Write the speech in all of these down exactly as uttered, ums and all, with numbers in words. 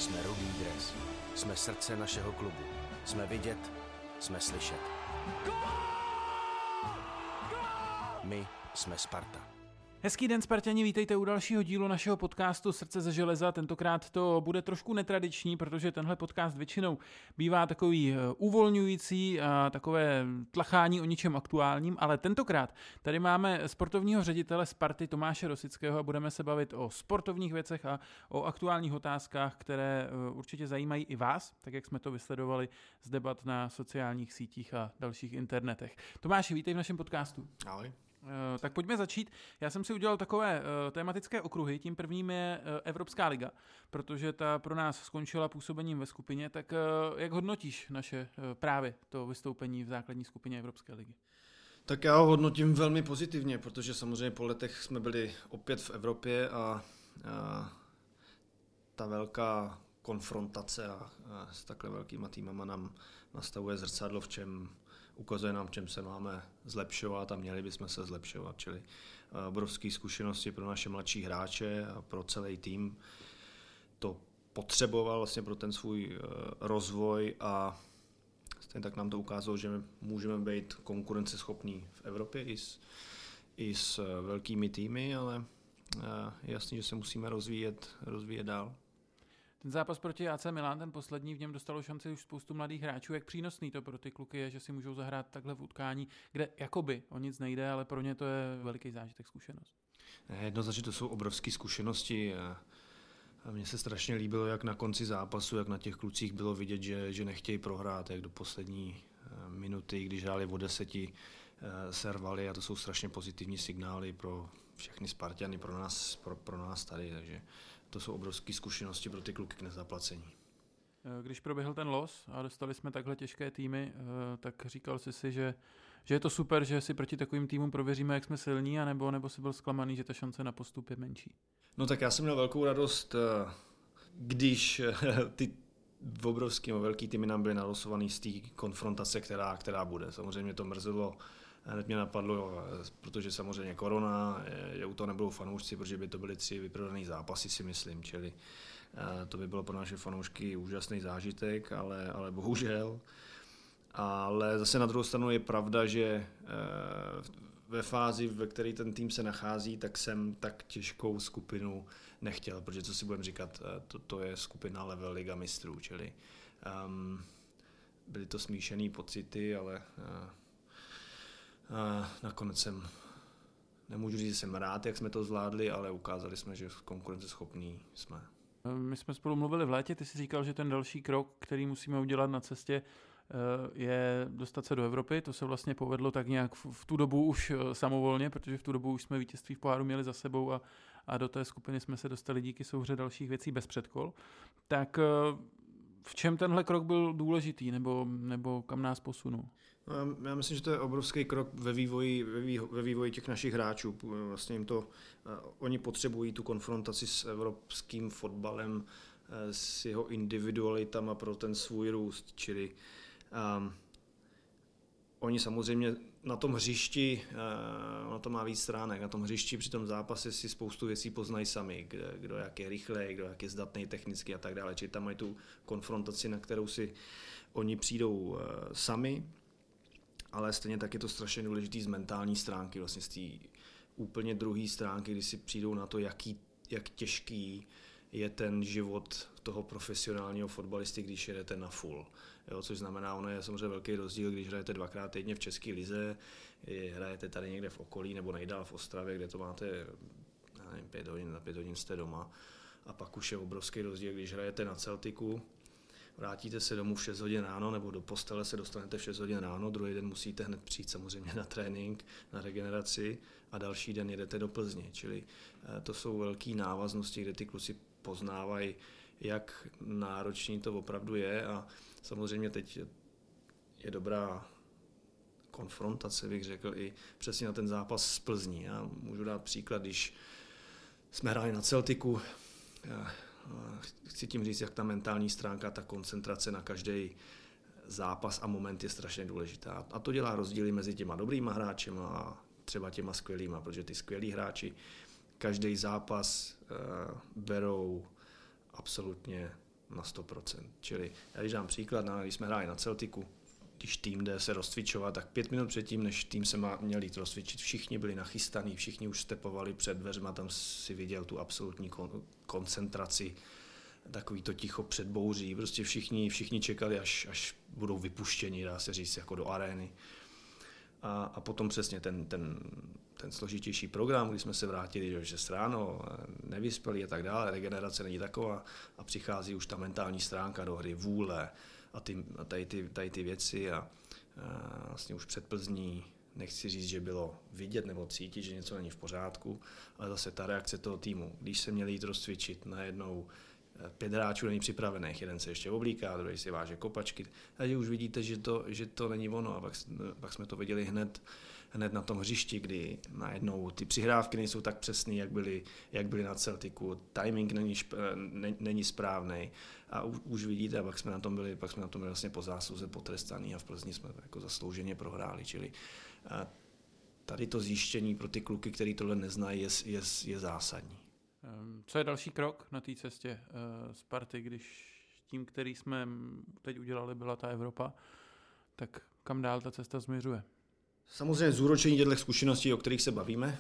Jsme Rudý dres. Jsme srdce našeho klubu. Jsme vidět, jsme slyšet. My jsme Sparta. Hezký den, Sparťani, vítejte u dalšího dílu našeho podcastu Srdce ze železa. Tentokrát to bude trošku netradiční, protože tenhle podcast většinou bývá takový uvolňující a takové tlachání o ničem aktuálním, ale tentokrát tady máme sportovního ředitele Sparty Tomáše Rosického a budeme se bavit o sportovních věcech a o aktuálních otázkách, které určitě zajímají i vás, tak jak jsme to vysledovali z debat na sociálních sítích a dalších internetech. Tomáši, vítej v našem podcastu. Ahoj. Tak pojďme začít. Já jsem si udělal takové uh, tematické okruhy. Tím prvním je uh, Evropská liga, protože ta pro nás skončila působením ve skupině. Tak uh, jak hodnotíš naše uh, právě to vystoupení v základní skupině Evropské ligy? Tak já ho hodnotím velmi pozitivně, protože samozřejmě po letech jsme byli opět v Evropě a, a ta velká konfrontace a, a s takhle velkýma týmama nám nastavuje zrcadlo, v čem ukazuje nám, v čem se máme zlepšovat a měli bychom se zlepšovat, čili obrovské zkušenosti pro naše mladší hráče a pro celý tým. To potřeboval vlastně pro ten svůj rozvoj a stejně tak nám to ukázalo, že můžeme být konkurenceschopní v Evropě i s, i s velkými týmy, ale je jasný, že se musíme rozvíjet, rozvíjet dál. Ten zápas proti A C Milan, ten poslední, v něm dostalo šanci už spoustu mladých hráčů. Jak přínosný to pro ty kluky je, že si můžou zahrát takhle v utkání, kde jakoby o nic nejde, ale pro ně to je veliký zážitek, zkušenost. Jednoznačně to jsou obrovské zkušenosti. A mně se strašně líbilo, jak na konci zápasu, jak na těch klucích bylo vidět, že, že nechtějí prohrát, jak do poslední minuty, když hráli o deseti, se rvali a to jsou strašně pozitivní signály pro všechny Sparťany, pro nás, pro, pro nás tady, takže to jsou obrovské zkušenosti pro ty kluky k nezaplacení. Když proběhl ten los a dostali jsme takhle těžké týmy, tak říkal jsi si, že, že je to super, že si proti takovým týmům prověříme, jak jsme silní, anebo, nebo jsi byl zklamaný, že ta šance na postup je menší? No tak já jsem měl velkou radost, když ty obrovský, velký týmy nám byly nalosovaný z té konfrontace, která, která bude. Samozřejmě to mrzelo, hned mě napadlo, protože samozřejmě korona, že u toho nebudou fanoušci, protože by to byly tři vyprodané zápasy, si myslím, čili to by bylo pro naše fanoušky úžasný zážitek, ale, ale bohužel. Ale zase na druhou stranu je pravda, že ve fázi, ve které ten tým se nachází, tak jsem tak těžkou skupinu nechtěl, protože co si budeme říkat, to, to je skupina level Liga mistrů, čili um, byly to smíšené pocity, ale uh, uh, nakonec jsem, nemůžu říct, že jsem rád, jak jsme to zvládli, ale ukázali jsme, že konkurenceschopní jsme. My jsme spolu mluvili v létě, ty jsi říkal, že ten další krok, který musíme udělat na cestě, je dostat se do Evropy. To se vlastně povedlo tak nějak v, v tu dobu už samovolně, protože v tu dobu už jsme vítězství v poháru měli za sebou a, a do té skupiny jsme se dostali díky souhře dalších věcí bez předkol. Tak v čem tenhle krok byl důležitý, nebo, nebo kam nás posunul? No, já myslím, že to je obrovský krok ve vývoji, ve vývoji, ve vývoji těch našich hráčů. Vlastně jim to, uh, oni potřebují tu konfrontaci s evropským fotbalem, uh, s jeho individualitama pro ten svůj růst, čili um, oni samozřejmě na tom hřišti, uh, na to má víc stránek, na tom hřišti při tom zápase si spoustu věcí poznají sami, kdo, kdo jak je rychlej, kdo jak je zdatný technicky a tak dále, čili tam mají tu konfrontaci, na kterou si oni přijdou uh, sami, ale stejně tak je to strašně důležitý z mentální stránky, vlastně z té úplně druhé stránky, kdy si přijdou na to, jaký, jak těžký je ten život toho profesionálního fotbalisty, když jedete na full. Jo, což znamená, ono je samozřejmě velký rozdíl, když hrajete dvakrát týdně v české lize, hrajete tady někde v okolí nebo nejdál v Ostravě, kde to máte nevím, pět hodin, na pět hodin jste doma. A pak už je obrovský rozdíl, když hrajete na Celticu, vrátíte se domů v šest hodin ráno nebo do postele se dostanete v šest hodin ráno, druhý den musíte hned přijít samozřejmě na trénink, na regeneraci a další den jedete do Plzně. Čili to jsou velké návaznosti, kde ty kluci poznávají, jak náročný to opravdu je a samozřejmě teď je dobrá konfrontace, bych řekl, i přesně na ten zápas z Plzní. Já můžu dát příklad, když jsme hráli na Celticu, chci tím říct, jak ta mentální stránka, ta koncentrace na každý zápas a moment je strašně důležitá. A to dělá rozdíly mezi těma dobrýma hráči a třeba těma skvělýma, protože ty skvělí hráči každý zápas uh, berou absolutně na sto procent. Čili já když dám příklad, když jsme hráli na Celticu, když tým jde se rozcvičovat, tak pět minut předtím, než tým se má, měl jít rozcvičit, všichni byli nachystaní, všichni už stepovali před dveřma, tam si viděl tu absolutní kon, koncentraci, takový to ticho před bouří, prostě všichni, všichni čekali, až, až budou vypuštěni, dá se říct, jako do arény. A, a potom přesně ten, ten, ten složitější program, kdy jsme se vrátili, že ráno nevyspěli a tak dále, regenerace není taková a přichází už ta mentální stránka do hry, vůle a, ty, a tady, ty, tady ty věci a, a vlastně už před Plzní nechci říct, že bylo vidět nebo cítit, že něco není v pořádku, ale zase ta reakce toho týmu, když se měli jít rozcvičit, najednou pět hráčů není připravených, jeden se ještě oblíká, druhý si váže kopačky, takže už vidíte, že to, že to není ono a pak, pak jsme to viděli hned, hned na tom hřišti, kdy najednou ty přihrávky nejsou tak přesný, jak byly, jak byly na Celticu, timing není, ne, není správný a už, už vidíte, a pak jsme na tom byli, pak jsme na tom byli vlastně po zásluze potrestaný a v Plzni jsme jako zaslouženě prohráli, čili tady to zjištění pro ty kluky, kteří tohle neznají, je, je, je zásadní. Co je další krok na té cestě Sparty, když tím, který jsme teď udělali, byla ta Evropa, tak kam dál ta cesta směřuje? Samozřejmě zúročení těchto zkušeností, o kterých se bavíme,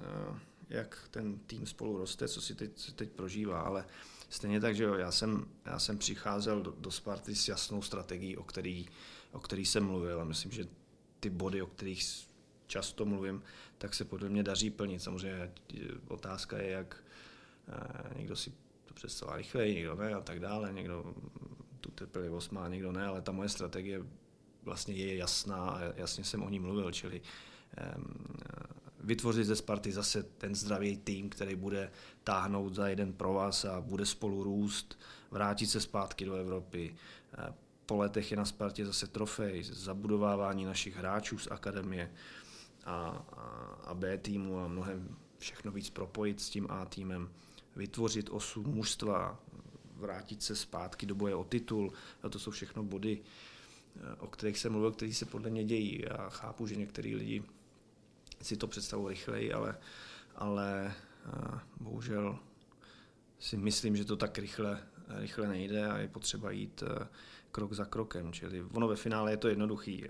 jak ten tým spolu roste, co si teď, teď prožívá, ale stejně tak, že jo, já jsem, já jsem přicházel do, do Sparty s jasnou strategií, o který, o který jsem mluvil a myslím, že ty body, o kterých často mluvím, tak se podle mě daří plnit. Samozřejmě otázka je, jak někdo si to představá rychleji, někdo ne a tak dále, někdo tu trpělivost má, někdo ne, ale ta moje strategie vlastně je jasná a jasně jsem o ní mluvil, čili vytvořit ze Sparty zase ten zdravý tým, který bude táhnout za jeden provaz a bude spolu růst, vrátit se zpátky do Evropy. Po letech je na Spartě zase trofej, zabudovávání našich hráčů z akademie a, a, a B týmu a mnohem všechno víc propojit s tím A týmem, vytvořit osu mužstva, vrátit se zpátky do boje o titul. A to jsou všechno body, o kterých jsem mluvil, které se podle mě dějí. Já chápu, že některý lidi si to představují rychleji, ale, ale bohužel si myslím, že to tak rychle, rychle nejde a je potřeba jít krok za krokem. Čili ono ve finále je to jednoduchý.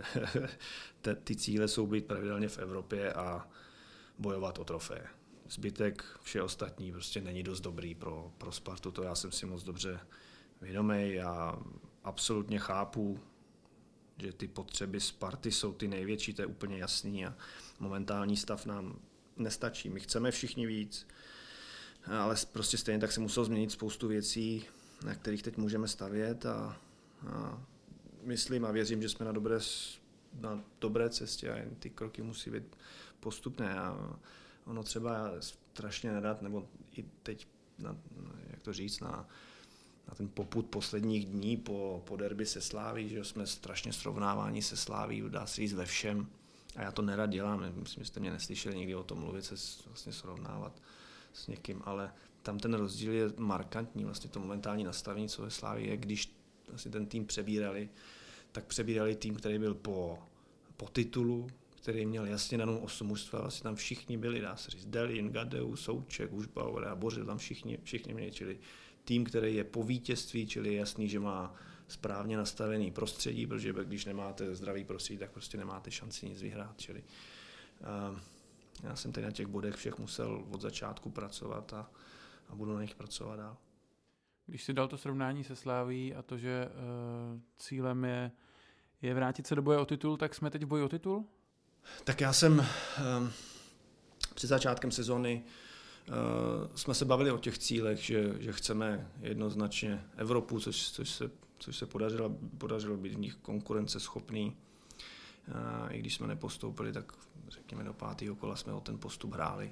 Ty cíle jsou být pravidelně v Evropě a bojovat o trofeje. Zbytek, vše ostatní prostě není dost dobrý pro, pro Spartu, to já jsem si moc dobře vědomý. Já absolutně chápu, že ty potřeby Sparty jsou ty největší, to je úplně jasný a momentální stav nám nestačí. My chceme všichni víc, ale prostě stejně tak se muselo změnit spoustu věcí, na kterých teď můžeme stavět a, a myslím a věřím, že jsme na dobré, na dobré cestě a jen ty kroky musí být postupné. A ono třeba strašně nedat, nebo i teď, na, jak to říct, na, na ten popud posledních dní po, po derby se Sláví, že jsme strašně srovnávání se Sláví, dá se říct ve všem. A já to nerad dělám, myslím, že jste mě neslyšeli nikdy o tom mluvit, se vlastně srovnávat s někým, ale tam ten rozdíl je markantní, vlastně to momentální nastavení, co ve Slávii je, když vlastně ten tým přebírali, tak přebírali tým, který byl po, po titulu, který měl jasně danou osu mužstva, vlastně tam všichni byli, dá se říct, Delin, Gadeu, Souček, Užbauer a Bořil, tam všichni, všichni měli, čili tým, který je po vítězství, čili je jasný, že má správně nastavený prostředí, protože když nemáte zdravý prostředí, tak prostě nemáte šanci nic vyhrát, čili uh, já jsem tady na těch bodech všech musel od začátku pracovat a, a budu na nich pracovat dál. Když si dal to srovnání se Sláví a to, že uh, cílem je, je vrátit se do boje o titul, tak jsme teď v boji o titul? Tak já jsem um, před začátkem sezony uh, jsme se bavili o těch cílech, že, že chceme jednoznačně Evropu, což, což se, což se podařilo, podařilo být v nich konkurenceschopný. Uh, I když jsme nepostoupili, tak řekněme do pátého kola jsme o ten postup hráli.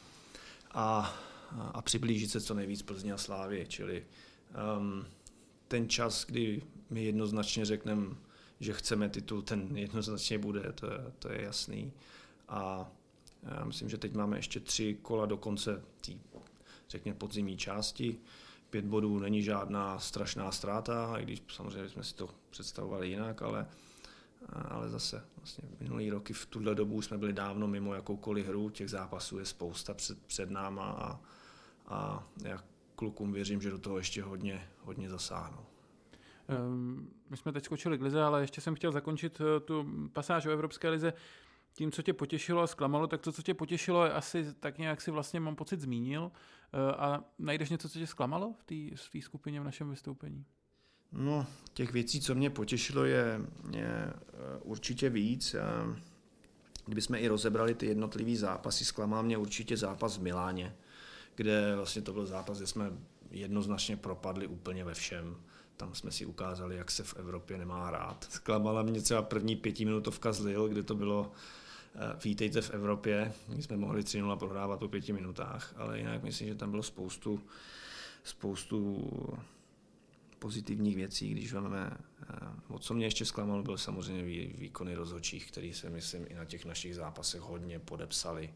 A, a přiblížit se co nejvíc Plzni a Slávě, čili um, ten čas, kdy my jednoznačně řekneme, že chceme titul, ten jednoznačně bude, to je, to je jasný. A já myslím, že teď máme ještě tři kola do konce té, řekněme, podzimní části. Pět bodů není žádná strašná ztráta, i když samozřejmě jsme si to představovali jinak, ale, ale zase vlastně minulý roky v tuhle dobu jsme byli dávno mimo jakoukoliv hru, těch zápasů je spousta před, před náma a, a jak klukům věřím, že do toho ještě hodně, hodně zasáhnou. My jsme teď skočili k lize, ale ještě jsem chtěl zakončit tu pasáž o Evropské lize tím, co tě potěšilo a zklamalo. Tak to, co tě potěšilo, je asi tak nějak si vlastně, mám pocit, zmínil. A najdeš něco, co tě zklamalo v té skupině v našem vystoupení? No, těch věcí, co mě potěšilo, je, je určitě víc. Kdybychom i rozebrali ty jednotlivý zápasy, zklamal mě určitě zápas v Miláně, kde vlastně to byl zápas, kde jsme jednoznačně propadli úplně ve všem. Tam jsme si ukázali, jak se v Evropě nemá hrát. Zklamala mě třeba první pětiminutovka z Lille, kde to bylo vítejte v Evropě. My jsme mohli tři nula prohrávat po pěti minutách, ale jinak myslím, že tam bylo spoustu, spoustu pozitivních věcí, když máme. O co mě ještě zklamalo, byl samozřejmě výkony rozhodčích, který se, myslím, i na těch našich zápasech hodně podepsali.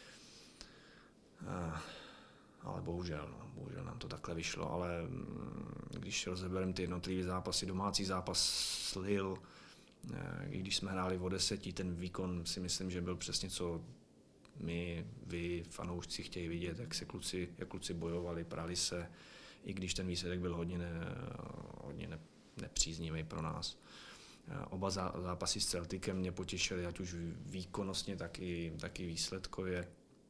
Ale bohužel, no, bohužel nám to takhle vyšlo, ale když rozebereme ty jednotlivé zápasy, domácí zápas s Lille, když jsme hráli o deseti, ten výkon si myslím, že byl přesně co my, vy, fanoušci chtějí vidět, jak se kluci, jak kluci bojovali, prali se, i když ten výsledek byl hodně, ne, hodně ne, nepříznivý pro nás. Oba zápasy s Celticem mě potěšily, ať už výkonnostně, tak i, tak i výsledkově.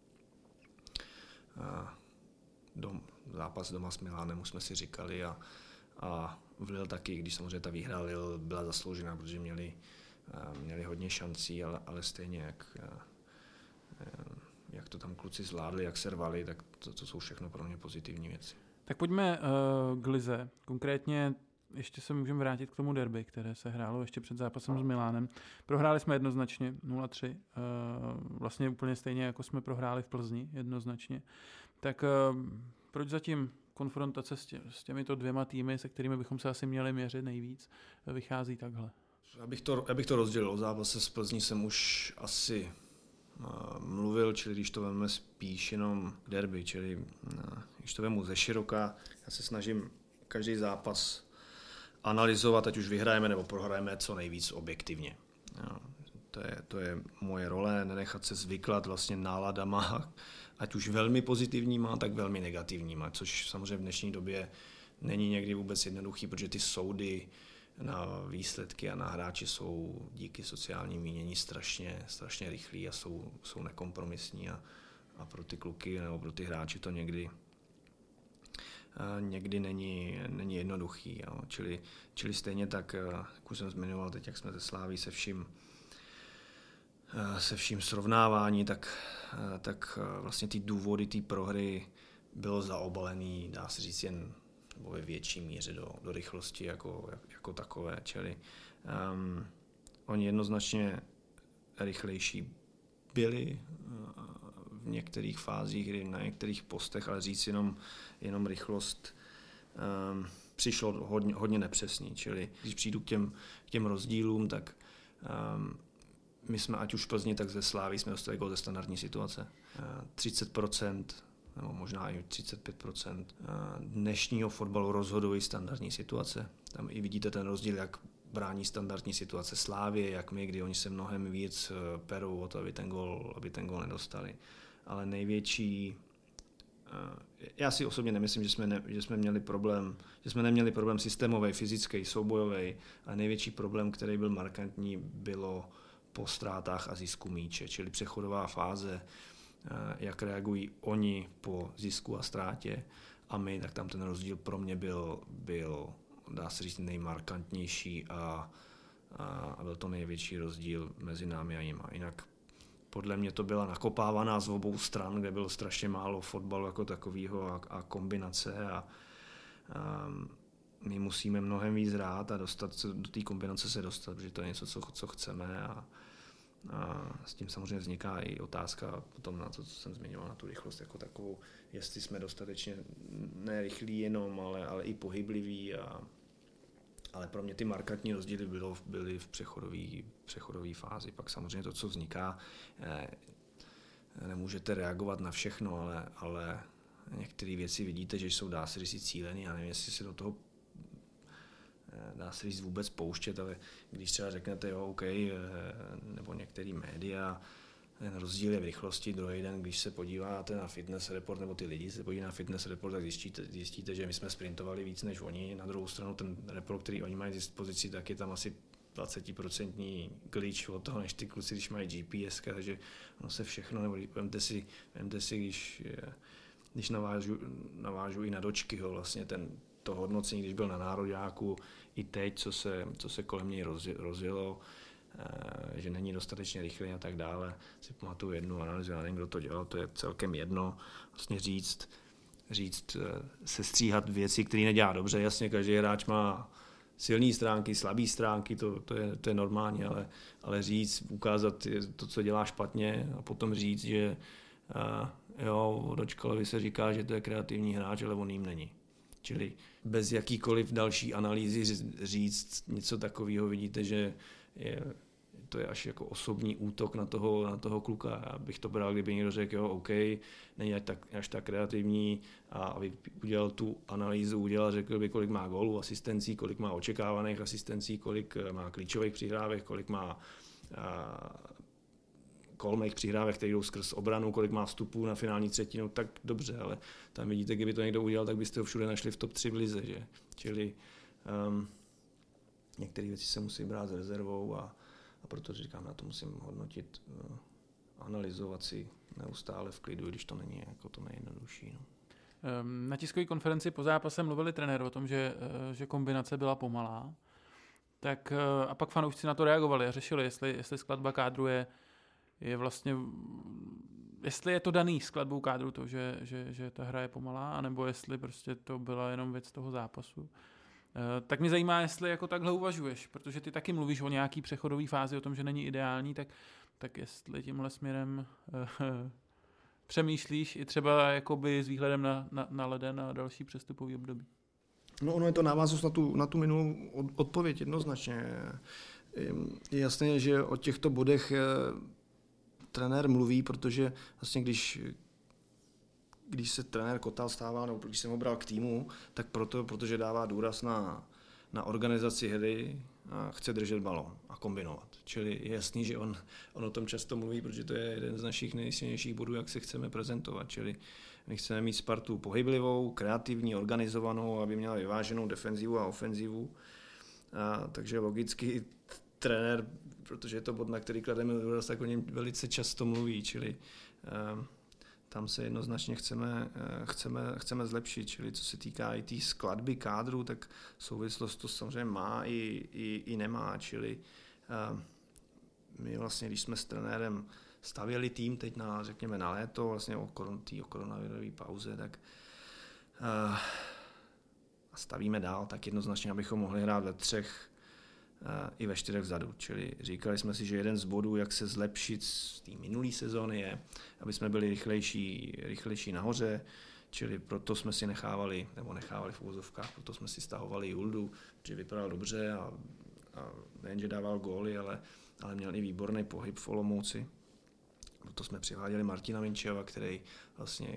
Dom, zápas doma s Milánem už jsme si říkali a, a v Lille taky, když samozřejmě ta výhra Lille byla zasloužená, protože měli, měli hodně šancí, ale, ale stejně jak, jak to tam kluci zvládli, jak se rvali, tak to, to jsou všechno pro mě pozitivní věci. Tak pojďme uh, k lize. Konkrétně ještě se můžeme vrátit k tomu derby, které se hrálo ještě před zápasem s Milánem. Prohráli jsme jednoznačně nula tři, uh, vlastně úplně stejně, jako jsme prohráli v Plzni jednoznačně. Tak uh, proč zatím konfrontace s, tě, s těmito dvěma týmy, se kterými bychom se asi měli měřit nejvíc, vychází takhle? Já bych to, já bych to rozdělil. O zápase s Plzní jsem už asi mluvil, čili když to vezmeme spíš jenom k derby, čili když to vemu ze široka, já se snažím každý zápas analyzovat, ať už vyhrajeme nebo prohrajeme co nejvíc objektivně. Jo, to je, to je moje role, nenechat se zvyklat vlastně náladama, ať už velmi pozitivníma, tak velmi negativníma, což samozřejmě v dnešní době není někdy vůbec jednoduchý, protože ty soudy na výsledky a na hráči jsou díky sociálním mínění strašně, strašně rychlí a jsou, jsou nekompromisní a, a pro ty kluky nebo pro ty hráči to někdy, někdy není, není jednoduchý. Jo. Čili, čili stejně tak, jak už jsem zmiňoval teď, jak jsme ze Sláví se vším, se vším srovnávání, tak, tak vlastně ty důvody té prohry bylo zaobalený, dá se říct, jen nebo ve větší míře do, do rychlosti jako, jako takové. Čili um, oni jednoznačně rychlejší byli uh, v některých fázích, kdy na některých postech, ale říct jenom, jenom rychlost um, přišlo hodně, hodně nepřesný. Čili když přijdu k těm, k těm rozdílům, tak um, my jsme ať už v Plzni, tak ze Slávy jsme dostali gól ze standardní situace. Uh, třicet procent nebo možná i třicet pět procent dnešního fotbalu rozhodují standardní situace. Tam i vidíte ten rozdíl, jak brání standardní situace Slávie, jak my, kdy oni se mnohem víc perou o to, aby ten gól, aby ten gól nedostali. Ale největší, já si osobně nemyslím, že jsme, ne, že jsme měli problém, že jsme neměli problém systémový, fyzický, soubojový, ale největší problém, který byl markantní, bylo po ztrátách a zisku míče, čili přechodová fáze, jak reagují oni po zisku a ztrátě a my, tak tam ten rozdíl pro mě byl, byl dá se říct, nejmarkantnější a, a, a byl to největší rozdíl mezi námi a jima. Jinak podle mě to byla nakopávaná z obou stran, kde bylo strašně málo fotbalu jako takového a, a kombinace a, a my musíme mnohem víc hrát a dostat se, do té kombinace se dostat, protože to je něco, co, co chceme a A s tím samozřejmě vzniká i otázka potom na to, co jsem zmiňoval, na tu rychlost jako takovou, jestli jsme dostatečně nerychlí jenom, ale, ale i pohybliví. A, ale pro mě ty markantní rozdíly bylo, byly v přechodové přechodové fázi. Pak samozřejmě to, co vzniká, eh, nemůžete reagovat na všechno, ale, ale některé věci vidíte, že jsou, dá se říct, cílený. Já nevím, jestli se do toho dá se říct vůbec pouštět, ale když třeba řeknete, jo, OK, nebo některé média ten rozdíl je v rychlosti. Druhý den, když se podíváte na fitness report, nebo ty lidi se podívají na fitness report, tak zjistíte, zjistíte, že my jsme sprintovali víc než oni. Na druhou stranu ten report, který oni mají k dispozici, tak je tam asi dvacet procent glitch od toho, než ty kluci, když mají G P S, takže ono se všechno, nebo vemte si, vemte si když, když navážu, navážu i na Dočkyho, vlastně ten, to hodnocení, když byl na nároďáku, i teď, co se, co se kolem něj rozjelo, že není dostatečně rychlý a tak dále. Si pamatuju jednu analýzu, já nevím, kdo to dělal, to je celkem jedno. Vlastně říct, říct sestříhat věci, které nedělá dobře. Jasně, každý hráč má silné stránky, slabé stránky, to, to, je, to je normální, ale, ale říct, ukázat to, co dělá špatně a potom říct, že uh, jo, o Dočkalovi se říká, že to je kreativní hráč, ale on jim není. Čili bez jakýkoliv další analýzy říct něco takového, vidíte, že je, to je až jako osobní útok na toho, na toho kluka. Já bych to bral, kdyby někdo řekl, jo, OK, není až tak, až tak kreativní a aby udělal tu analýzu, udělal, řekl by, kolik má gólů, asistencí, kolik má očekávaných asistencí, kolik má klíčových přihrávek, kolik má kolmých přihrávek, které jdou skrz obranu, kolik má vstupů na finální třetinu, tak dobře, ale tam vidíte, kdyby to někdo udělal, tak byste ho všude našli v top tři v lize, že? Čili um, některé věci se musí brát s rezervou a, a proto říkám, já to musím hodnotit, uh, analyzovat si neustále v klidu, když to není jako to nejjednodušší. No. Na tiskové konferenci po zápase mluvili trenér o tom, že, že kombinace byla pomalá, tak a pak fanoušci na to reagovali a řešili, jestli, jestli skladba kádru je, je vlastně, jestli je to daný skladbou kádru to, že, že, že ta hra je pomalá, anebo jestli prostě to byla jenom věc toho zápasu. Tak mě zajímá, jestli jako takhle uvažuješ, protože ty taky mluvíš o nějaký přechodové fázi, o tom, že není ideální, tak, tak jestli tímhle směrem uh, přemýšlíš i třeba jakoby s výhledem na, na, na leden a další přestupový období. No ono je to návaznost na tu, na tu minulou odpověď jednoznačně. Je jasné, že o těchto bodech je, trenér mluví, protože vlastně když když se trenér Kotal stává, nebo když jsem ho bral k týmu, tak proto, protože dává důraz na, na organizaci hry a chce držet balón a kombinovat. Čili je jasný, že on, on o tom často mluví, protože to je jeden z našich nejsilnějších bodů, jak se chceme prezentovat. Čili my chceme mít Spartu pohyblivou, kreativní, organizovanou, aby měla vyváženou defenzivu a ofenzivu. A, takže logicky trenér, protože je to bod, na který klademe důraz, tak o něm velice často mluví, čili a, tam se jednoznačně chceme, chceme, chceme zlepšit, čili co se týká i té tý skladby kádru, tak souvislost to samozřejmě má i, i, i nemá, čili uh, my vlastně, když jsme s trenérem stavěli tým teď na, řekněme, na léto, vlastně o, koron, tý, o koronavirové pauze, tak uh, stavíme dál, tak jednoznačně, abychom mohli hrát ve třech i ve čtyřech vzadu. Čili říkali jsme si, že jeden z bodů, jak se zlepšit z té minulé sezóny je, aby jsme byli rychlejší, rychlejší nahoře, čili proto jsme si nechávali, nebo nechávali v úvozovkách, proto jsme si stahovali Juldu, že vypadal dobře a, a nejenže dával góly, ale, ale měl i výborný pohyb v Olomouci. Proto jsme přiváděli Martina Minčeva, který vlastně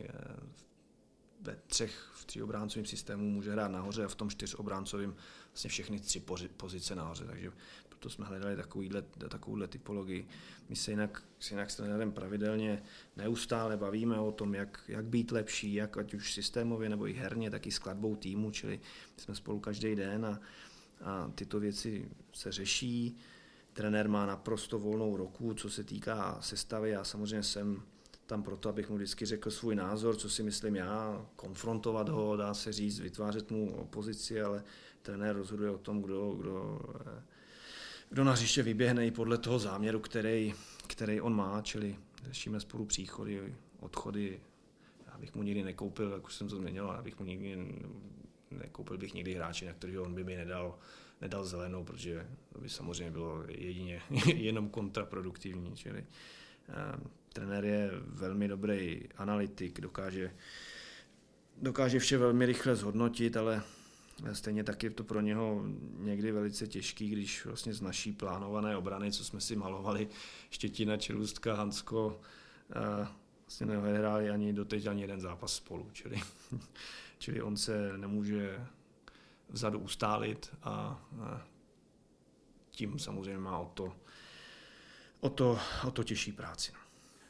ve třech, v tříobráncovém systému může hrát nahoře a v tom čtyřobráncovém vlastně všechny tři pozice nahoře, takže proto jsme hledali takovýhle, takovouhle typologii. My se jinak, jinak s trenérem pravidelně neustále bavíme o tom, jak, jak být lepší, jak ať už systémově nebo i herně, tak i skladbou týmu, čili jsme spolu každý den a, a tyto věci se řeší. Trenér má naprosto volnou ruku, co se týká sestavy, já samozřejmě jsem tam proto, abych mu vždycky řekl svůj názor, co si myslím já, konfrontovat ho, dá se říct, vytvářet mu opozici, ale trenér rozhoduje o tom, kdo, kdo, kdo na hřiště vyběhne i podle toho záměru, který, který on má, čili řešíme spolu příchody, odchody. Já bych mu nikdy nekoupil, jak už jsem to změnil, já bych mu nikdy nekoupil bych nikdy hráče, na kterého on by mi nedal, nedal zelenou, protože to by samozřejmě bylo jedině jenom kontraproduktivní, čili trenér je velmi dobrý analytik, dokáže, dokáže vše velmi rychle zhodnotit, ale stejně tak je to pro něho někdy velice těžký, když vlastně z naší plánované obrany, co jsme si malovali, Štětina, Čelůstka, Hansko, vlastně nehráli ani doteď ani jeden zápas spolu, čili, čili on se nemůže vzadu ustálit a, a tím samozřejmě má o to, o to, o to těžší práci.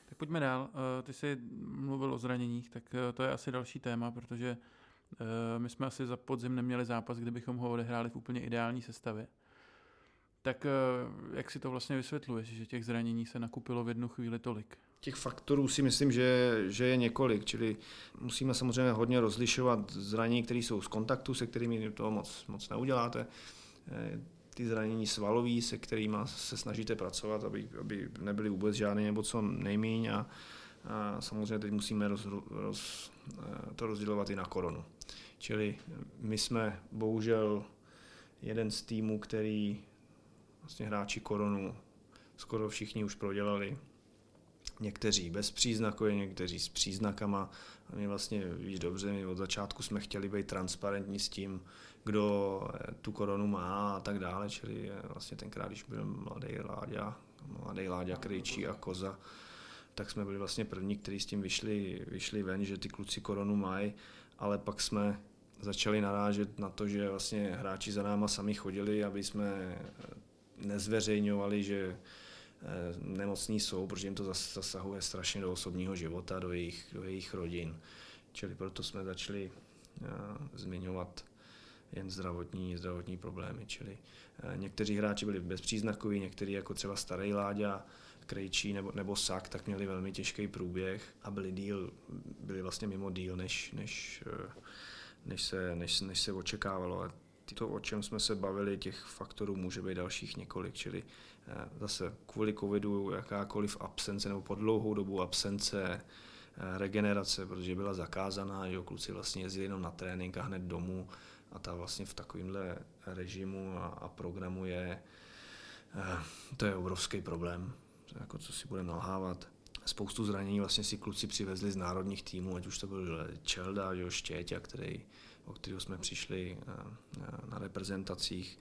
Tak pojďme dál. Ty jsi mluvil o zraněních, tak to je asi další téma, protože my jsme asi za podzim neměli zápas, kdybychom ho odehráli v úplně ideální sestavě. Tak jak si to vlastně vysvětluješ, že těch zranění se nakupilo v jednu chvíli tolik? Těch faktorů si myslím, že, že je několik, čili musíme samozřejmě hodně rozlišovat zranění, které jsou z kontaktu, se kterými toho moc, moc neuděláte. Ty zranění svalový, se kterými se snažíte pracovat, aby, aby nebyly vůbec žádné nebo co nejméně. A, a samozřejmě teď musíme roz, roz, to rozdělovat i na koronu. Čili my jsme bohužel jeden z týmů, který vlastně hráči koronu skoro všichni už prodělali. Někteří bez příznaků, někteří s příznakama. A my vlastně, víš dobře, my od začátku jsme chtěli být transparentní s tím, kdo tu koronu má a tak dále. Čili vlastně tenkrát, když byl mladý Láďa, mladý Láďa Krejčí a Koza, tak jsme byli vlastně první, kteří s tím vyšli, vyšli ven, že ty kluci koronu mají, ale pak jsme začali narážet na to, že vlastně hráči za náma sami chodili, aby jsme nezveřejňovali, že nemocní jsou, protože jim to zasahuje strašně do osobního života, do jejich, do jejich rodin. Čili proto jsme začali uh, zmiňovat jen zdravotní, zdravotní problémy. Čili uh, někteří hráči byli bezpříznakoví, někteří jako třeba starý Láďa, Krejčí nebo, nebo Sak, tak měli velmi těžký průběh a byli, díl, byli vlastně mimo díl, než, než, uh, než, se, než, než se očekávalo. A to, o čem jsme se bavili, těch faktorů může být dalších několik, čili zase kvůli covidu jakákoliv absence nebo po dlouhou dobu absence, regenerace, protože byla zakázaná, že kluci vlastně jezdili jenom na trénink a hned domů a ta vlastně v takovémhle režimu a, a programu je, to je obrovský problém, jako co si budeme nalhávat. Spoustu zranění vlastně si kluci přivezli z národních týmů, ať už to byl Čelda, jo, Štěťa, který, o kterého jsme přišli na reprezentacích.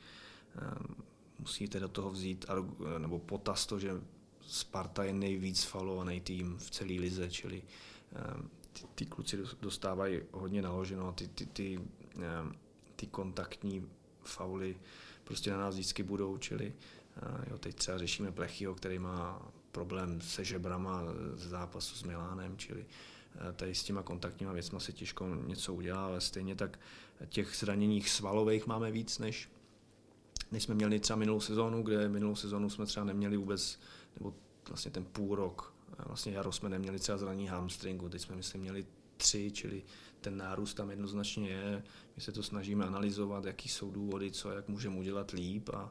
Musíte do toho vzít nebo potaz to, že Sparta je nejvíc faulovaný tým v celé lize, čili ty, ty kluci dostávají hodně naloženo a ty, ty, ty, ty kontaktní fauly prostě na nás vždycky budou, čili jo, teď třeba řešíme Plechyho, který má problém se žebrama z zápasu s Milánem, čili tady s těma kontaktníma věcma se těžko něco udělá, ale stejně tak těch zraněních svalových máme víc, než, než jsme měli třeba minulou sezónu, kde minulou sezónu jsme třeba neměli vůbec, nebo vlastně ten půl rok, vlastně jaro jsme neměli třeba zranění hamstringu, teď jsme myslím měli tři, čili ten nárůst tam jednoznačně je, my se to snažíme analyzovat, jaký jsou důvody, co, jak můžeme udělat líp, a,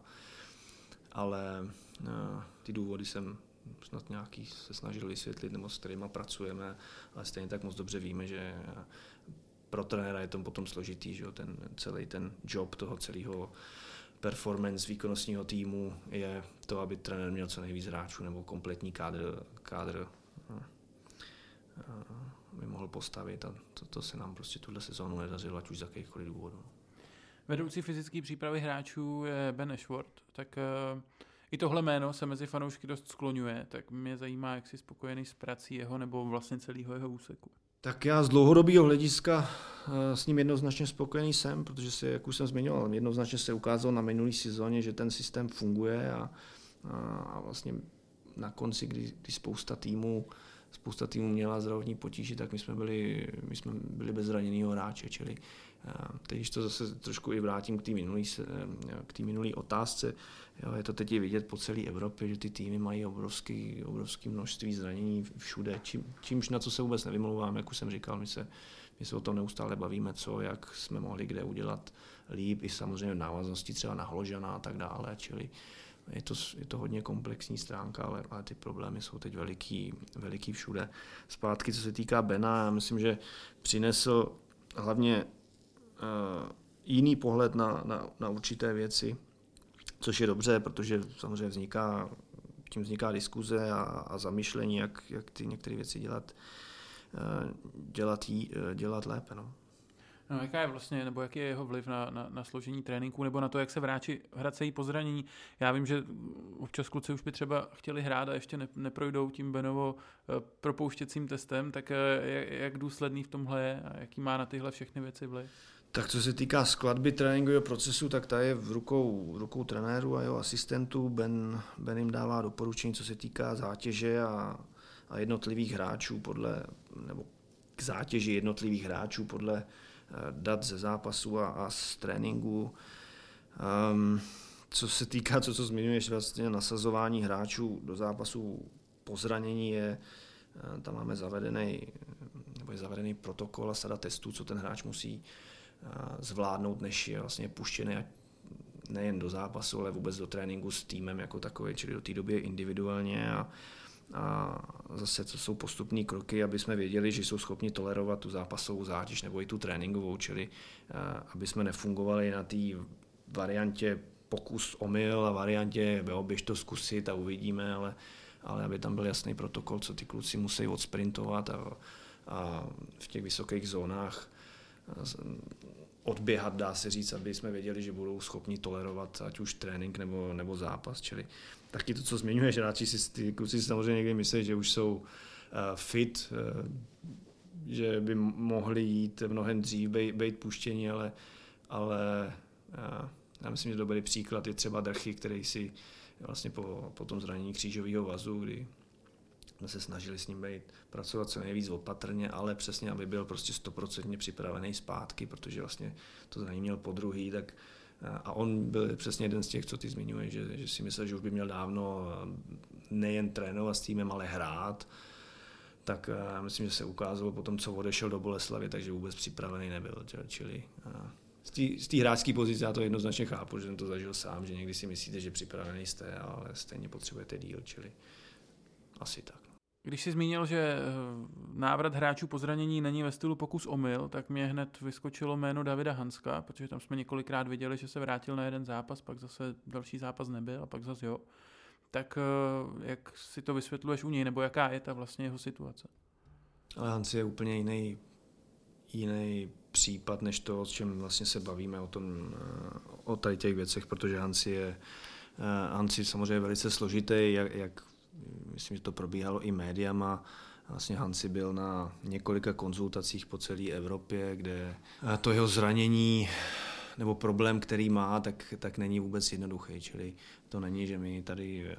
ale a, ty důvody jsem snad nějaký se snažil vysvětlit, nebo s kterýma pracujeme, ale stejně tak moc dobře víme, že pro trenéra je to potom složitý, že ten celý ten job toho celého performance výkonnostního týmu je to, aby trenér měl co nejvíc hráčů nebo kompletní kádr, kádr by mohl postavit, a to, to se nám prostě tuhle sezónu nedařilo, ať už z jakýchkoliv důvodů. Vedoucí fyzické přípravy hráčů je Ben Ashworth, tak uh... i tohle jméno se mezi fanoušky dost skloňuje, tak mě zajímá, jak jsi spokojený s prací jeho nebo vlastně celého jeho úseku. Tak já z dlouhodobého hlediska s ním jednoznačně spokojený jsem, protože se, jak už jsem zmiňoval, jednoznačně se ukázalo na minulý sezóně, že ten systém funguje a, a vlastně na konci, kdy, kdy spousta týmů spousta týmů měla zdravotní potíže, tak my jsme byli, my jsme byli bez zraněného hráče, čili teď, když to zase trošku i vrátím k té minulý, k té minulý otázce, jo, je to teď i vidět po celé Evropě, že ty týmy mají obrovský, obrovský množství zranění všude, čím, čímž na co se vůbec nevymlouvám, jak už jsem říkal, my se, my se o tom neustále bavíme, co, jak jsme mohli kde udělat líp, i samozřejmě v návaznosti třeba na Hložana a tak dále, čili je to, je to hodně komplexní stránka, ale, ale ty problémy jsou teď veliký, veliký všude. Zpátky, co se týká Bena, já myslím, že přinesl hlavně uh, jiný pohled na, na, na určité věci, což je dobře, protože samozřejmě vzniká, tím vzniká diskuze a, a zamyšlení, jak, jak ty některé věci dělat, uh, dělat, jí, uh, dělat lépe. No. No, jaká je vlastně, nebo jaký je jeho vliv na, na, na složení tréninku, nebo na to, jak se hráči vracejí po zranění? Já vím, že občas kluci už by třeba chtěli hrát a ještě ne, neprojdou tím Benovo propouštěcím testem, tak jak, jak důsledný v tomhle je a jaký má na tyhle všechny věci vliv? Tak co se týká skladby tréninkového procesu, tak ta je v rukou, v rukou trenéru a jeho asistentů. Ben, Ben jim dává doporučení, co se týká zátěže a, jednotlivých hráčů podle, nebo k zátěži jednotlivých hráčů podle dat ze zápasu a, a z tréninku. Um, co se týká, co, co zmiňuješ, vlastně nasazování hráčů do zápasu po zranění je, tam máme zavedený, nebo je zavedený protokol a sada testů, co ten hráč musí zvládnout, než je vlastně puštěný nejen do zápasu, ale vůbec do tréninku s týmem jako takový, čili do té doby individuálně a, a zase to jsou postupné kroky, aby jsme věděli, že jsou schopni tolerovat tu zápasovou zátěž nebo i tu tréninkovou, čili aby jsme nefungovali na té variantě pokus omyl a variantě jo, běž to zkusit a uvidíme, ale, ale aby tam byl jasný protokol, co ty kluci musí odsprintovat a, a v těch vysokých zónách odběhat, dá se říct, aby jsme věděli, že budou schopni tolerovat ať už trénink nebo, nebo zápas. Čili taky to, co zmiňuješ, radši si ty kluci si samozřejmě někdy myslí, že už jsou uh, fit, uh, že by mohli jít mnohem dřív, být, být puštěni, ale, ale uh, já myslím, že dobrý příklad je třeba Drchy, který si vlastně po, po tom zranění křížového vazu, kdy jsme se snažili s ním být, pracovat co nejvíc opatrně, ale přesně, aby byl prostě stoprocentně připravený zpátky, protože vlastně to zranění měl podruhý, tak a on byl přesně jeden z těch, co ty zmiňuješ, že, že si myslel, že už by měl dávno nejen trénovat s týmem, ale hrát, tak já myslím, že se ukázalo po tom, co odešel do Boleslavy, takže vůbec připravený nebyl, čili z té hráčské pozice já to jednoznačně chápu, že jsem to zažil sám, že někdy si myslíte, že připravený jste, ale stejně potřebujete díl, čili asi tak. Když jsi zmínil, že návrat hráčů po zranění není ve stylu pokus omyl, tak mě hned vyskočilo jméno Davida Hanska, protože tam jsme několikrát viděli, že se vrátil na jeden zápas, pak zase další zápas nebyl a pak zase jo. Tak jak si to vysvětluješ u něj, nebo jaká je ta vlastně jeho situace? Ale Hans je úplně jiný, jiný případ, než to, o čem vlastně se bavíme, o, tom, o tady těch věcech, protože Hans je, Hans je samozřejmě velice složitý, jak, jak myslím, že to probíhalo i médiama. Vlastně Hansi byl na několika konzultacích po celé Evropě, kde to jeho zranění nebo problém, který má, tak, tak není vůbec jednoduchý. Čili to není, že my tady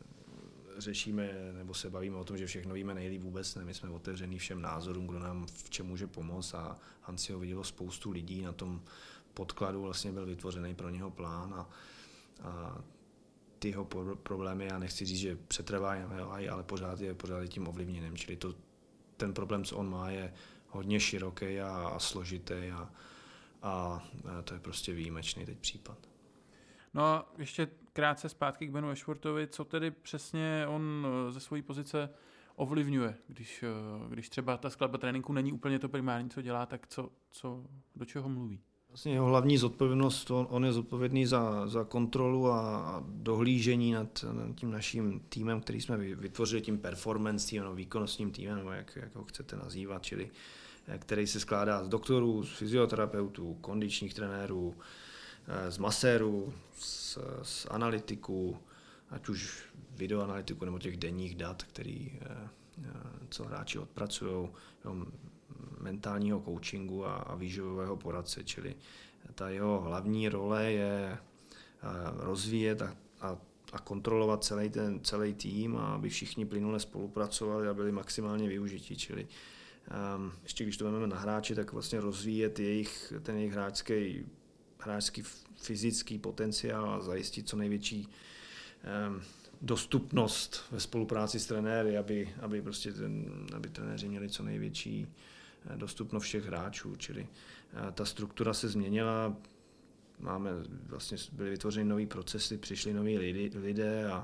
řešíme nebo se bavíme o tom, že všechno víme nejlíp, vůbec ne. My jsme otevření všem názorům, kdo nám v čem může pomoct a Hansi ho vidělo spoustu lidí. Na tom podkladu vlastně byl vytvořený pro něho plán a, a ty jeho problémy, já nechci říct, že přetrvají, ale pořád je, pořád je tím ovlivněným. Čili to, ten problém, co on má, je hodně široký a, a složitý a, a to je prostě výjimečný teď případ. No a ještě krátce zpátky k Benu Ashworthovi, co tedy přesně on ze své pozice ovlivňuje, když, když třeba ta skladba tréninku není úplně to primární, co dělá, tak co, co, do čeho mluví? Vlastně jeho hlavní zodpovědnost, on, on je zodpovědný za, za kontrolu a dohlížení nad, nad tím naším týmem, který jsme vytvořili, tím performance týmem, no, výkonnostním týmem, nebo jak, jak ho chcete nazývat, čili který se skládá z doktorů, z fyzioterapeutů, kondičních trenérů, z masérů, z, z analytiků, ať už videoanalytiku nebo těch denních dat, který co hráči odpracují, mentálního coachingu a, a výživového poradce, čili ta jeho hlavní role je rozvíjet a, a, a kontrolovat celý ten celý tým, a aby všichni plynule spolupracovali a byli maximálně využiti, čili um, ještě když to vezmeme na hráči, tak vlastně rozvíjet jejich, ten jejich hráčský, hráčský fyzický potenciál a zajistit co největší um, dostupnost ve spolupráci s trenéry, aby, aby, prostě ten, aby trenéři měli co největší dostupnost všech hráčů, čili ta struktura se změnila, máme, vlastně byly vytvořeny nový procesy, přišli noví lidi, lidé a, a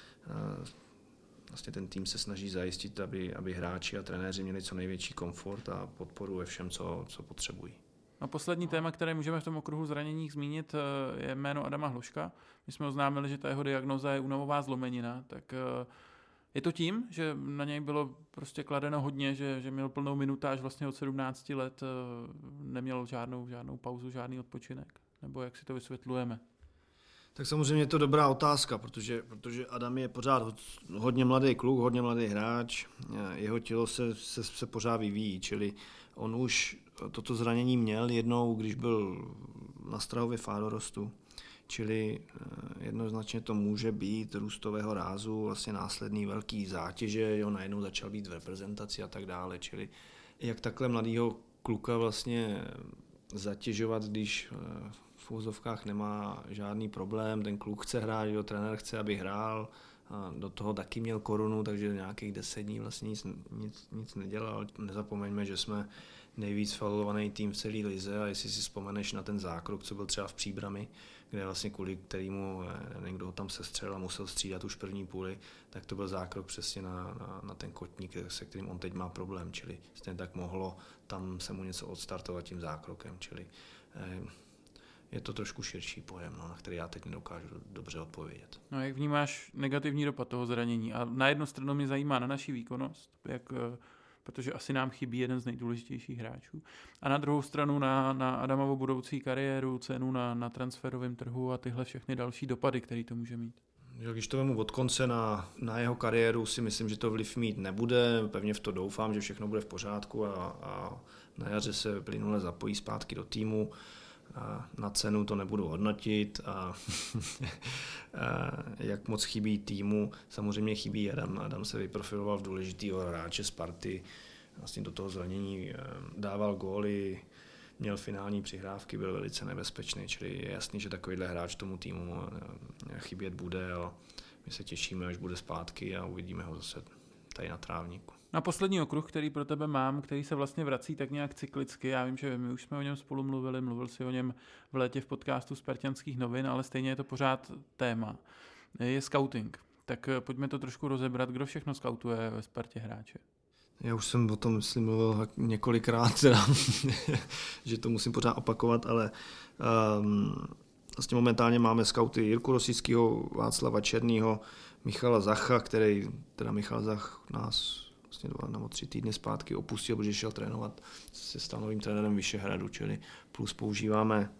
vlastně ten tým se snaží zajistit, aby, aby hráči a trenéři měli co největší komfort a podporu ve všem, co, co potřebují. A poslední téma, které můžeme v tom okruhu zranění zmínit, je jméno Adama Hloška. My jsme oznámili, že ta jeho diagnóza je únavová zlomenina, tak je to tím, že na něj bylo prostě kladeno hodně, že, že měl plnou minutáž vlastně od sedmnácti let, neměl žádnou, žádnou pauzu, žádný odpočinek? Nebo jak si to vysvětlujeme? Tak samozřejmě je to dobrá otázka, protože, protože Adam je pořád hodně mladý kluk, hodně mladý hráč, jeho tělo se, se, se pořád vyvíjí, čili on už toto zranění měl jednou, když byl na Strahově v Fádorostu. Čili jednoznačně to může být růstového rázu, vlastně následný velký zátěže, jo, najednou začal být v reprezentaci a tak dále. Čili jak takhle mladýho kluka vlastně zatěžovat, když v úzovkách nemá žádný problém, ten kluk chce hrát, jo, trenér chce, aby hrál, a do toho taky měl korunu, takže nějakých deset dní vlastně nic, nic, nic nedělal. Nezapomeňme, že jsme nejvíc faulovaný tým v celé lize a jestli si vzpomeneš na ten zákrok, co byl třeba v Příbrami, kde vlastně kvůli kterému někdo ho tam sestřelil a musel střídat už první půli, tak to byl zákrok přesně na, na, na ten kotník, se kterým on teď má problém, čili stejně tak mohlo tam se mu něco odstartovat tím zákrokem, čili eh, je to trošku širší pojem, no, na který já teď nedokážu dobře odpovědět. No, jak vnímáš negativní dopad toho zranění? A na jednu stranu mě zajímá na naši výkonnost, jak, protože asi nám chybí jeden z nejdůležitějších hráčů. A na druhou stranu na, na Adamovu budoucí kariéru, cenu na, na transferovém trhu a tyhle všechny další dopady, které to může mít. Když to vemu od konce na, na jeho kariéru, si myslím, že to vliv mít nebude. Pevně v to doufám, že všechno bude v pořádku a, a na jaře se plynule zapojí zpátky do týmu. A na cenu to nebudu hodnotit a, a jak moc chybí týmu. Samozřejmě chybí Adam. Adam se vyprofiloval v důležitýho hráče Sparty. Vlastně do toho zranění dával góly, měl finální přihrávky, byl velice nebezpečný, čili je jasný, že takovýhle hráč tomu týmu chybět bude, ale my se těšíme, až bude zpátky a uvidíme ho zase tady na trávníku. Na poslední okruh, který pro tebe mám, který se vlastně vrací tak nějak cyklicky, já vím, že my už jsme o něm spolu mluvili, mluvil si o něm v létě v podcastu Spartanských novin, ale stejně je to pořád téma. Je scouting. Tak pojďme to trošku rozebrat, kdo všechno scoutuje ve Spartě hráče. Já už jsem o tom, myslím, mluvil několikrát, teda, že to musím pořád opakovat, ale um, vlastně momentálně máme skauty Jirku Rosického, Václava Černýho, Michala Zacha, který, teda Michal Zach nás vlastně dva nebo tři týdny zpátky opustil, protože šel trénovat se stanovým trenérem Vyšehradu, čili plus používáme,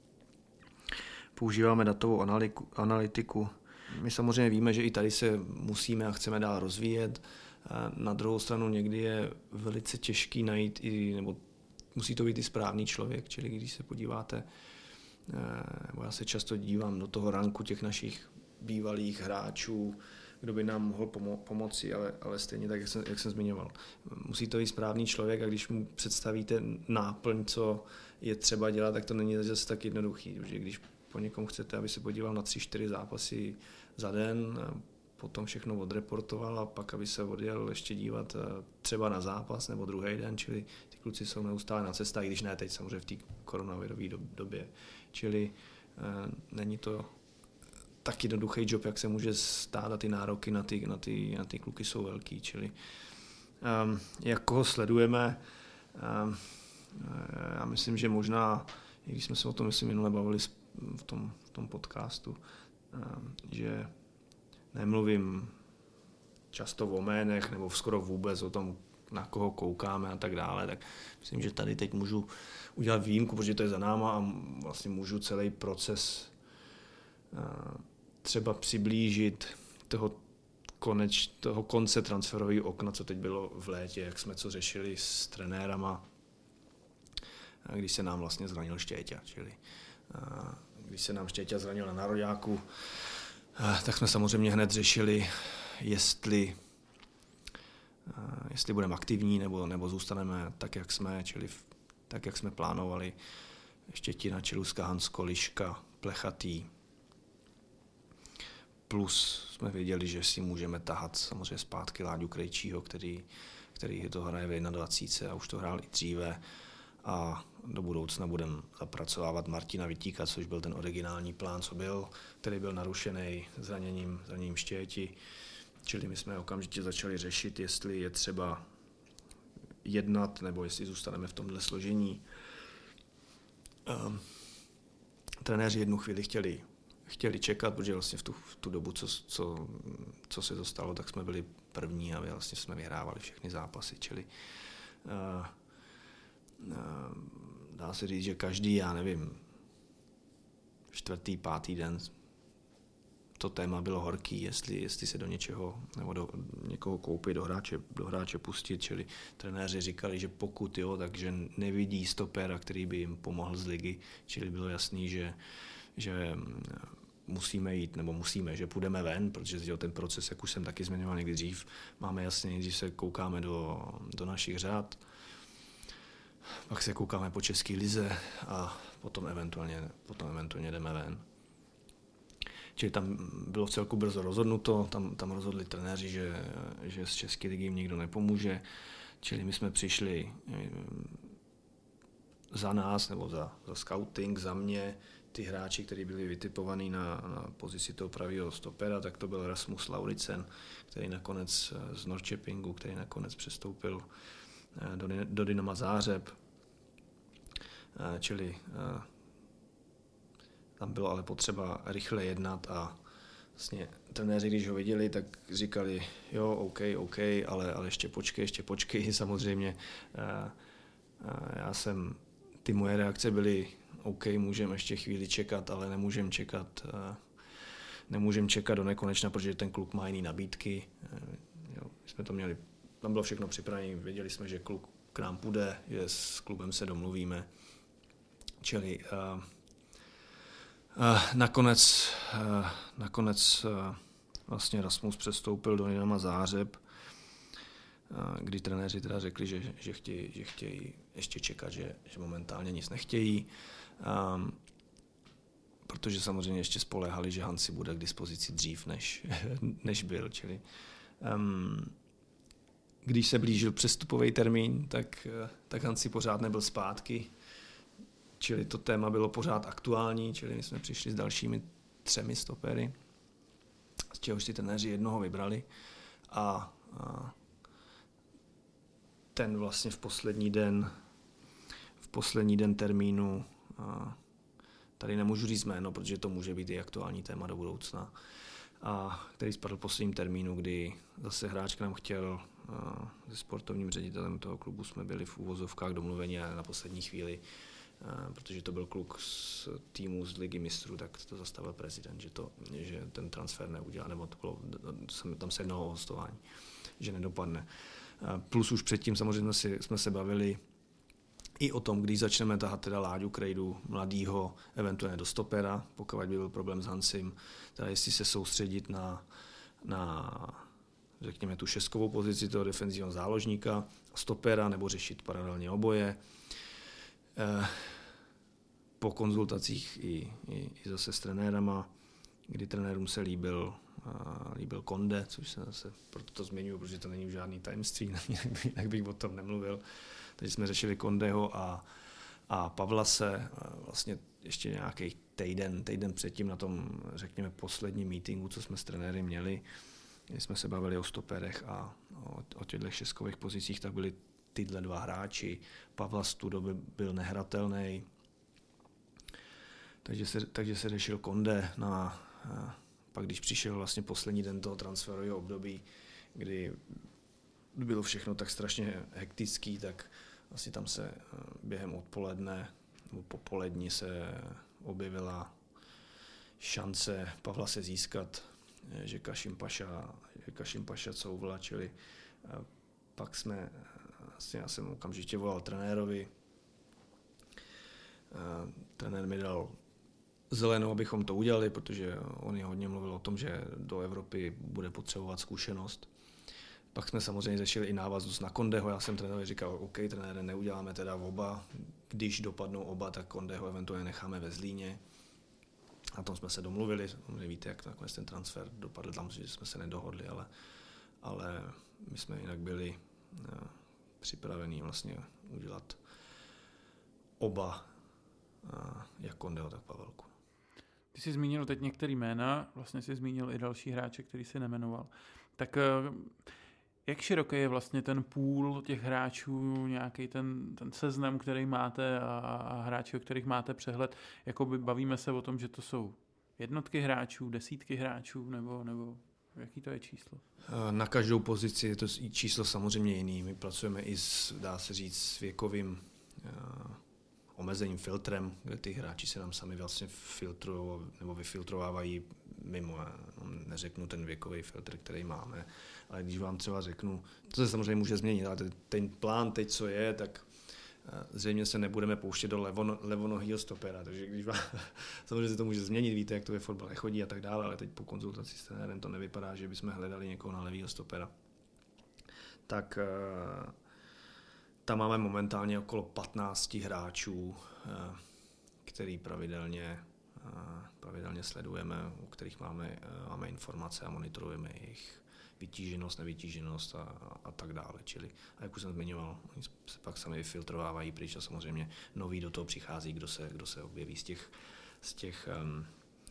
používáme datovou analytiku, analytiku. My samozřejmě víme, že i tady se musíme a chceme dál rozvíjet. Na druhou stranu někdy je velice těžký najít i, nebo musí to být i správný člověk, čili když se podíváte, nebo já se často dívám do toho ranku těch našich bývalých hráčů, kdo by nám mohl pomo- pomoci, ale, ale stejně tak, jak jsem, jak jsem zmiňoval. Musí to být správný člověk a když mu představíte náplň, co je třeba dělat, tak to není zase tak jednoduchý, protože když po někom chcete, aby se podíval na tři, čtyři zápasy za den, potom všechno odreportoval a pak, aby se odjel ještě dívat třeba na zápas nebo druhý den, čili ty kluci jsou neustále na cestách, i když ne teď samozřejmě v té koronavirové době. Čili eh, není to tak jednoduchý job, jak se může stát a ty nároky na ty, na ty, na ty kluky jsou velký. Čili um, jak ho sledujeme, um, já myslím, že možná, i když jsme se o tom myslím minule bavili v tom, v tom podcastu, um, že nemluvím často o jménech nebo skoro vůbec o tom, na koho koukáme a tak dále, tak myslím, že tady teď můžu udělat výjimku, protože to je za náma a vlastně můžu celý proces třeba přiblížit toho, koneč, toho konce transferového okna, co teď bylo v létě, jak jsme co řešili s trenérama, když se nám vlastně zranil Štěťa. Čili když se nám Štěťa zranil na nároďáku, tak jsme samozřejmě hned řešili, jestli, jestli budeme aktivní nebo, nebo zůstaneme tak, jak jsme, čili tak, jak jsme plánovali. Štětina, Čeluska, Hansko, Liška, Plechatý. Plus jsme věděli, že si můžeme tahat samozřejmě zpátky Láďu Krejčího, který, který to hraje v dvacet jedna a už to hrál i dříve. A do budoucna budeme zapracovávat Martina Vitíka, což byl ten originální plán, co byl, který byl narušený zraněním, zraněním Štěti. Čili my jsme okamžitě začali řešit, jestli je třeba jednat, nebo jestli zůstaneme v tomhle složení. Um, trenéři jednu chvíli chtěli, chtěli čekat, protože vlastně v tu, v tu dobu, co, co, co se to stalo, tak jsme byli první a vlastně jsme vyhrávali všechny zápasy. Čili uh, dá se říct, že každý, já nevím, čtvrtý, pátý den to téma bylo horký, jestli, jestli se do něčeho nebo do někoho koupit, do hráče, do hráče pustit, čili trenéři říkali, že pokud jo, takže nevidí stopera, který by jim pomohl z ligy, čili bylo jasný, že, že musíme jít, nebo musíme, že půjdeme ven, protože ten proces, jak už jsem taky zmiňoval někdy dřív, máme jasně, nejdřív se koukáme do, do našich řád, pak se koukáme po české lize a potom eventuálně, potom eventuálně jdeme ven. Čili tam bylo celku brzo rozhodnuto, tam, tam rozhodli trenéři, že, že z české ligy jim nikdo nepomůže, čili my jsme přišli za nás, nebo za, za scouting, za mě, ty hráči, kteří byli vytipovaní na, na pozici toho pravého stopera, tak to byl Rasmus Lauritsen, který nakonec z Norrköpingu, který nakonec přestoupil do, do Dynama Záhřeb. Čili tam bylo ale potřeba rychle jednat a vlastně trenéři, když ho viděli, tak říkali, jo, OK, OK, ale, ale ještě počkej, ještě počkej, samozřejmě. Já jsem, ty moje reakce byly, OK, můžeme ještě chvíli čekat, ale nemůžeme čekat, nemůžeme čekat do nekonečna, protože ten kluk má jiný nabídky. Jo, jsme to měli, tam bylo všechno připravené, věděli jsme, že kluk k nám půjde, že s klubem se domluvíme. Čili uh, uh, nakonec, uh, nakonec uh, vlastně Rasmus přestoupil do Dynama Záhřeb, uh, kdy trenéři teda řekli, že, že, chtějí, že chtějí ještě čekat, že, že momentálně nic nechtějí, um, protože samozřejmě ještě spoléhali, že Hansi bude k dispozici dřív, než, než byl. Čili, um, když se blížil přestupový termín, tak, tak Hansi pořád nebyl zpátky. Čili to téma bylo pořád aktuální, čili my jsme přišli s dalšími třemi stopery, z čehož si trenéři jednoho vybrali a, a ten vlastně v poslední den v poslední den termínu, a tady nemůžu říct jméno, protože to může být i aktuální téma do budoucna, a který spadl v posledním termínu, kdy zase hráč k nám chtěl, a se sportovním ředitelem toho klubu jsme byli v úvozovkách domluveni a na poslední chvíli, protože to byl kluk z týmu z Ligy mistrů, tak to zastavil prezident, že, to, že ten transfer neudělá, nebo to bylo, tam se jednalo o hostování, že nedopadne. Plus už předtím samozřejmě si, jsme se bavili i o tom, když začneme tahat teda Láďu Krejdu, mladýho, eventuálně do stopera, pokud by byl problém s Hansim, teda jestli se soustředit na, na řekněme tu šestkovou pozici toho defenzivního záložníka, stopera, nebo řešit paralelně oboje. Po konzultacích i, i, i zase s trenérama, kdy trenérům se líbil, uh, líbil Konde, což se zase proto to zmiňuji, protože to není žádný tajemství, jinak bych o tom nemluvil. Takže jsme řešili Kondeho a, a Pavlase, vlastně ještě nějaký týden, týden předtím na tom, řekněme, posledním meetingu, co jsme s trenéry měli, kdy jsme se bavili o stoperech a o, o těchto šestkových pozicích, tak byli tyhle dva hráči. Pavlas tu doby byl nehratelný, takže se, takže se řešil Konde. Na, pak když přišel vlastně poslední den toho transferového období, kdy bylo všechno tak strašně hektický, tak vlastně tam se během odpoledne nebo popolední se objevila šance Pavla se získat, že Kašim Paša, že Kašim Paša couvla, čili pak jsme, vlastně já jsem okamžitě volal trenérovi, trenér mi dal zelenou, abychom to udělali, protože on hodně mluvil o tom, že do Evropy bude potřebovat zkušenost. Pak jsme samozřejmě řešili i návaznost na Kondeho. Já jsem trenérovi říkal, OK, trenére, neuděláme teda oba. Když dopadnou oba, tak Kondeho eventuálně necháme ve Zlíně. Na tom jsme se domluvili. Víte, jak nakonec ten transfer dopadl tam, že jsme se nedohodli, ale, ale my jsme jinak byli připravení vlastně udělat oba, jak Kondeho, tak Pavelku. Ty jsi zmínil teď některý jména, vlastně jsi zmínil i další hráče, který jsi nemenoval. Tak jak široký je vlastně ten půl těch hráčů, nějaký ten, ten seznam, který máte a, a hráči, o kterých máte přehled? Jakoby bavíme se o tom, že to jsou jednotky hráčů, desítky hráčů, nebo, nebo jaký to je číslo? Na každou pozici je to číslo samozřejmě jiný. My pracujeme i s, dá se říct, s věkovým uh, omezením, filtrem, kde ty hráči se nám sami vlastně filtrují nebo vyfiltrovávají mimo. Neřeknu ten věkový filtr, který máme, ale když vám třeba řeknu, to se samozřejmě může změnit, ale ten plán teď, co je, tak zřejmě se nebudeme pouštět do levo, levonohýho stopera, takže když vám, samozřejmě se to může změnit, víte, jak to ve fotbale chodí a tak dále, ale teď po konzultaci s trenérem to nevypadá, že bychom hledali někoho na levýho stopera. Tak tam máme momentálně okolo patnáct hráčů, který pravidelně, pravidelně sledujeme, u kterých máme, máme informace a monitorujeme jejich vytíženost, nevytíženost a, a tak dále. Čili, a jak už jsem zmiňoval, oni se pak sami vyfiltrovávají pryč a samozřejmě noví do toho přichází, kdo se, kdo se objeví z těch, z těch um,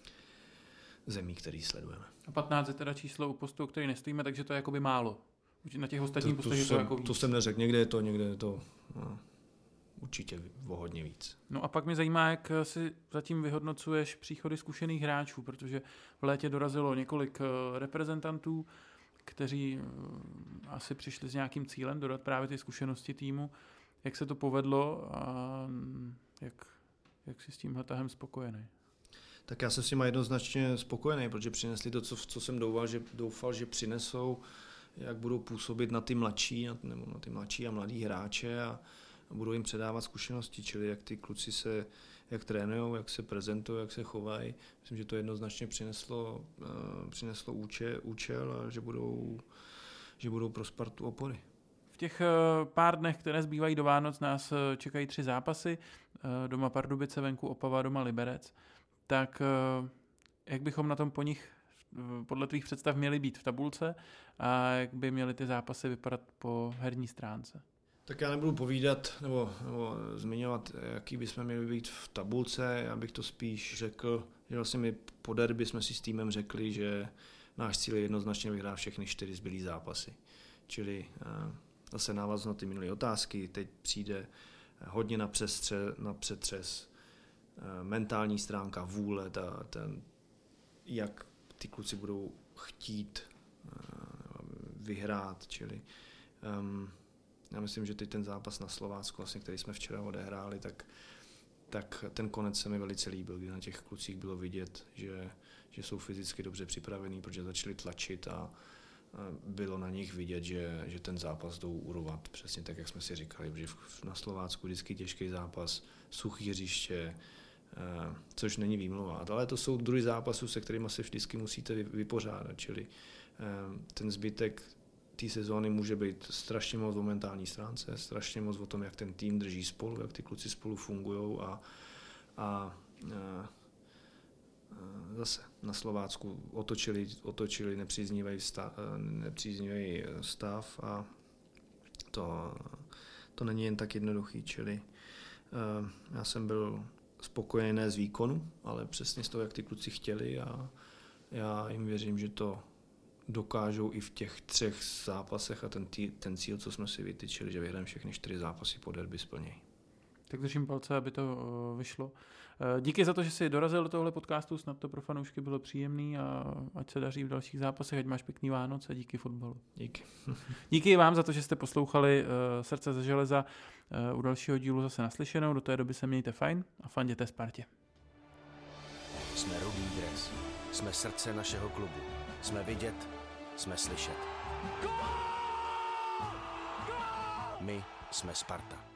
zemí, který sledujeme. A patnáct je teda číslo u postu, o který nestojíme, takže to je jakoby málo. Na těch ostatních to, postech je to jako víc. To jsem neřekl, někde je to, někde je to no, určitě o hodně víc. No a pak mě zajímá, jak si zatím vyhodnocuješ příchody zkušených hráčů, protože v létě dorazilo několik reprezentantů, kteří asi přišli s nějakým cílem dodat právě ty zkušenosti týmu. Jak se to povedlo a jak, jak jsi s tímhle tahem spokojený? Tak já jsem s nimi jednoznačně spokojený, protože přinesli to, co, co jsem doufal, že, doufal, že přinesou, jak budou působit na ty mladší, nebo na ty mladší a mladý hráče a, a budou jim předávat zkušenosti, čili jak ty kluci se, jak trénujou, jak se prezentují, jak se chovají. Myslím, že to jednoznačně přineslo, uh, přineslo účel, účel a že budou, že budou pro Spartu opory. V těch pár dnech, které zbývají do Vánoc, nás čekají tři zápasy. Doma Pardubice, venku Opava, doma Liberec. Tak jak bychom na tom po nich podle tvých představ měli být v tabulce a jak by měly ty zápasy vypadat po herní stránce? Tak já nebudu povídat nebo, nebo zmiňovat, jaký bychom měli být v tabulce. Já bych to spíš řekl, že vlastně my po derby jsme si s týmem řekli, že náš cíl je jednoznačně vyhrát všechny čtyři zbylý zápasy. Čili zase návaznost na ty minulé otázky, teď přijde hodně na, přestře, na přetřes, mentální stránka, vůle, ta, ten, jak ty kluci budou chtít vyhrát, čili um, já myslím, že teď ten zápas na Slovácku, vlastně, který jsme včera odehráli, tak, tak ten konec se mi velice líbil, kdy na těch klucích bylo vidět, že, že jsou fyzicky dobře připravení, protože začali tlačit a bylo na nich vidět, že, že ten zápas jdou urovat, přesně tak, jak jsme si říkali, že na Slovácku vždycky těžký zápas, suchý hřiště, což není výmluva. Ale to jsou druhý zápasů, se kterými se vždycky musíte vypořádat, čili ten zbytek té sezóny může být strašně moc o mentální stránce, strašně moc o tom, jak ten tým drží spolu, jak ty kluci spolu fungují a, a, a zase na Slovácku otočili, otočili nepříznivý stav, nepříznivý stav a to, to není jen tak jednoduchý, čili já jsem byl spokojený ne z výkonu, ale přesně z toho, jak ty kluci chtěli a já jim věřím, že to dokážou i v těch třech zápasech a ten, tý, ten cíl, co jsme si vytyčili, že vyhrajeme všechny čtyři zápasy po derby splnějí. Tak držím palce, aby to vyšlo. Díky za to, že jsi dorazil do tohle podcastu, snad to pro fanoušky bylo příjemný a ať se daří v dalších zápasech, ať máš pěkný Vánoce, díky fotbalu. Díky. Díky vám za to, že jste poslouchali Srdce ze železa. U dalšího dílu zase naslyšenou, do té doby se mějte fajn a fanděte Spartě. Jsme Rudý dres, jsme srdce našeho klubu, jsme vidět, jsme slyšet. My jsme Sparta.